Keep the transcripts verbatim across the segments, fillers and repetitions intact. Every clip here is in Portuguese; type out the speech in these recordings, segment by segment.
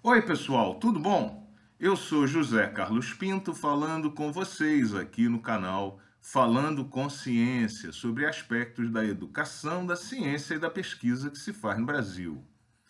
Oi, pessoal, tudo bom? Eu sou José Carlos Pinto falando com vocês aqui no canal Falando com Ciência sobre aspectos da educação, da ciência e da pesquisa que se faz no Brasil.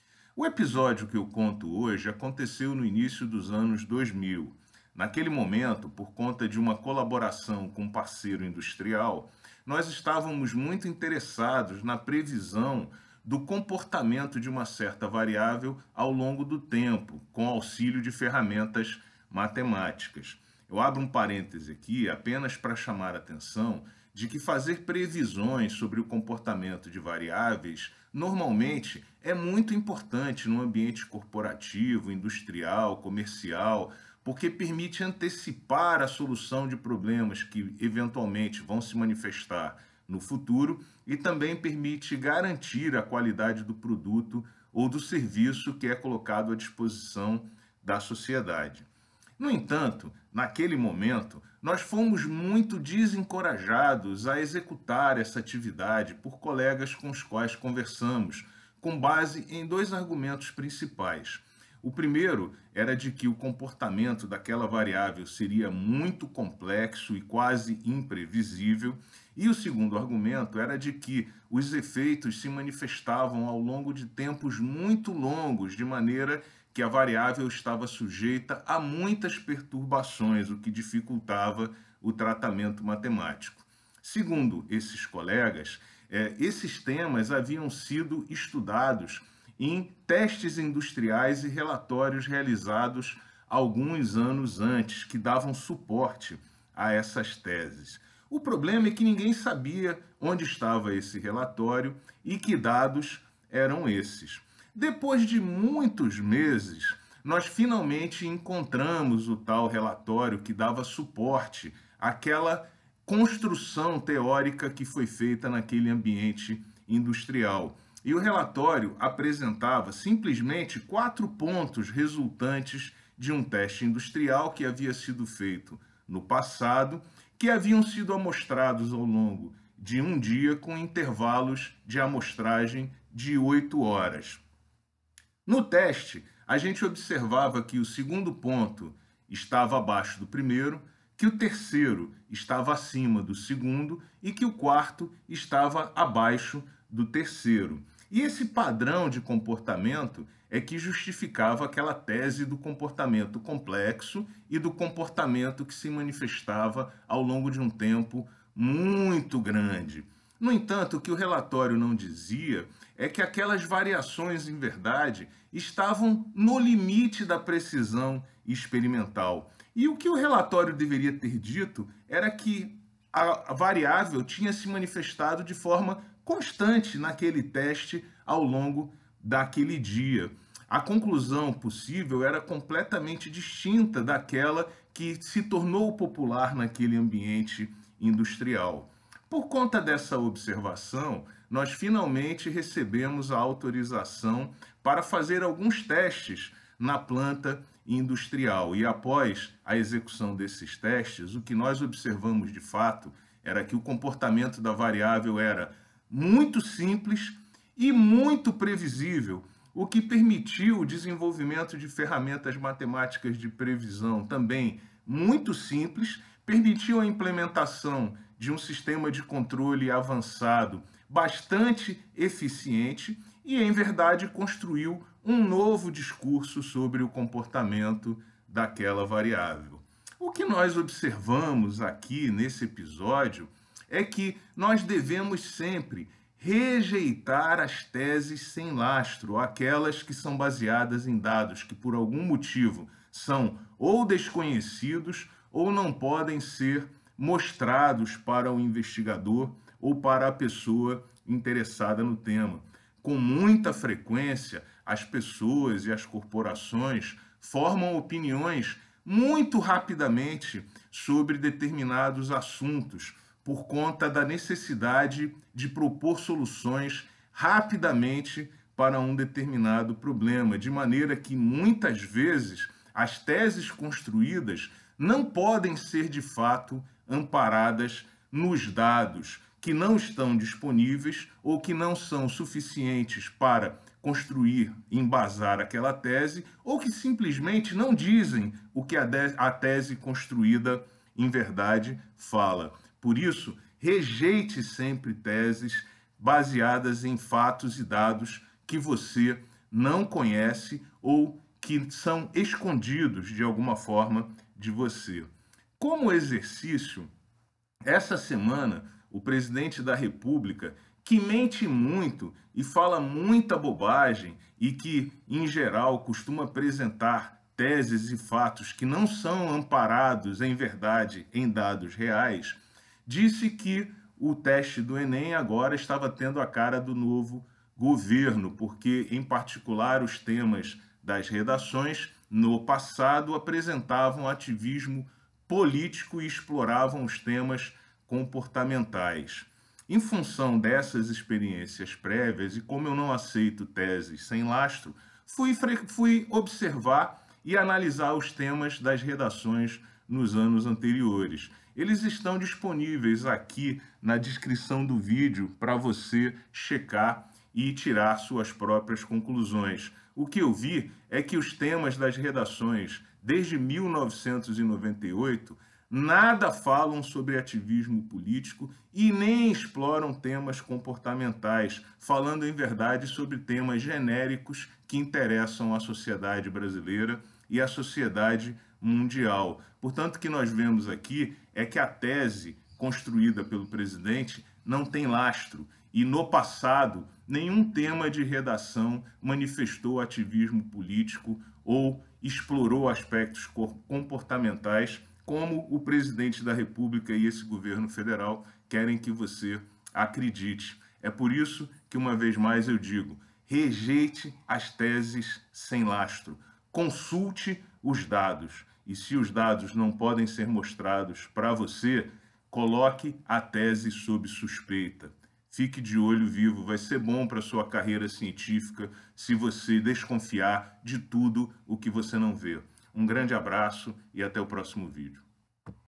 O episódio que eu conto hoje aconteceu no início dos anos dois mil. Naquele momento, por conta de uma colaboração com um parceiro industrial, nós estávamos muito interessados na previsão do comportamento de uma certa variável ao longo do tempo, com auxílio de ferramentas matemáticas. Eu abro um parêntese aqui apenas para chamar a atenção de que fazer previsões sobre o comportamento de variáveis normalmente é muito importante no ambiente corporativo, industrial, comercial, porque permite antecipar a solução de problemas que eventualmente vão se manifestar no futuro e também permite garantir a qualidade do produto ou do serviço que é colocado à disposição da sociedade. No entanto, naquele momento, nós fomos muito desencorajados a executar essa atividade por colegas com os quais conversamos, com base em dois argumentos principais. O primeiro era de que o comportamento daquela variável seria muito complexo e quase imprevisível, e o segundo argumento era de que os efeitos se manifestavam ao longo de tempos muito longos, de maneira que a variável estava sujeita a muitas perturbações, o que dificultava o tratamento matemático. Segundo esses colegas, eh, esses temas haviam sido estudados em testes industriais e relatórios realizados alguns anos antes, que davam suporte a essas teses. O problema é que ninguém sabia onde estava esse relatório e que dados eram esses. Depois de muitos meses, nós finalmente encontramos o tal relatório que dava suporte àquela construção teórica que foi feita naquele ambiente industrial. E o relatório apresentava simplesmente quatro pontos resultantes de um teste industrial que havia sido feito no passado, que haviam sido amostrados ao longo de um dia com intervalos de amostragem de oito horas. No teste, a gente observava que o segundo ponto estava abaixo do primeiro, que o terceiro estava acima do segundo e que o quarto estava abaixo do terceiro. E esse padrão de comportamento é que justificava aquela tese do comportamento complexo e do comportamento que se manifestava ao longo de um tempo muito grande. No entanto, o que o relatório não dizia é que aquelas variações, em verdade, estavam no limite da precisão experimental. E o que o relatório deveria ter dito era que a variável tinha se manifestado de forma constante naquele teste ao longo daquele dia. A conclusão possível era completamente distinta daquela que se tornou popular naquele ambiente industrial. Por conta dessa observação, nós finalmente recebemos a autorização para fazer alguns testes na planta industrial. E após a execução desses testes, o que nós observamos de fato era que o comportamento da variável era muito simples e muito previsível, o que permitiu o desenvolvimento de ferramentas matemáticas de previsão também muito simples, permitiu a implementação de um sistema de controle avançado bastante eficiente e, em verdade, construiu um novo discurso sobre o comportamento daquela variável. O que nós observamos aqui nesse episódio é que nós devemos sempre rejeitar as teses sem lastro, aquelas que são baseadas em dados que, por algum motivo, são ou desconhecidos ou não podem ser mostrados para o investigador ou para a pessoa interessada no tema. Com muita frequência, as pessoas e as corporações formam opiniões muito rapidamente sobre determinados assuntos, por conta da necessidade de propor soluções rapidamente para um determinado problema, de maneira que muitas vezes as teses construídas não podem ser de fato amparadas nos dados, que não estão disponíveis ou que não são suficientes para construir, embasar aquela tese, ou que simplesmente não dizem o que a, a tese construída em verdade fala. Por isso, rejeite sempre teses baseadas em fatos e dados que você não conhece ou que são escondidos de alguma forma de você. Como exercício, essa semana, o presidente da República, que mente muito e fala muita bobagem e que, em geral, costuma apresentar teses e fatos que não são amparados em verdade em dados reais, disse que o teste do Enem agora estava tendo a cara do novo governo, porque, em particular, os temas das redações, no passado, apresentavam ativismo político e exploravam os temas comportamentais. Em função dessas experiências prévias, e como eu não aceito teses sem lastro, fui, fui observar e analisar os temas das redações nos anos anteriores. Eles estão disponíveis aqui na descrição do vídeo para você checar e tirar suas próprias conclusões. O que eu vi é que os temas das redações desde mil novecentos e noventa e oito nada falam sobre ativismo político e nem exploram temas comportamentais, falando em verdade sobre temas genéricos que interessam a sociedade brasileira e a sociedade mundial. Portanto, o que nós vemos aqui é que a tese construída pelo presidente não tem lastro e, no passado, nenhum tema de redação manifestou ativismo político ou explorou aspectos comportamentais como o presidente da República e esse governo federal querem que você acredite. É por isso que, uma vez mais, eu digo, rejeite as teses sem lastro, consulte os dados. E se os dados não podem ser mostrados para você, coloque a tese sob suspeita. Fique de olho vivo, vai ser bom para a sua carreira científica se você desconfiar de tudo o que você não vê. Um grande abraço e até o próximo vídeo.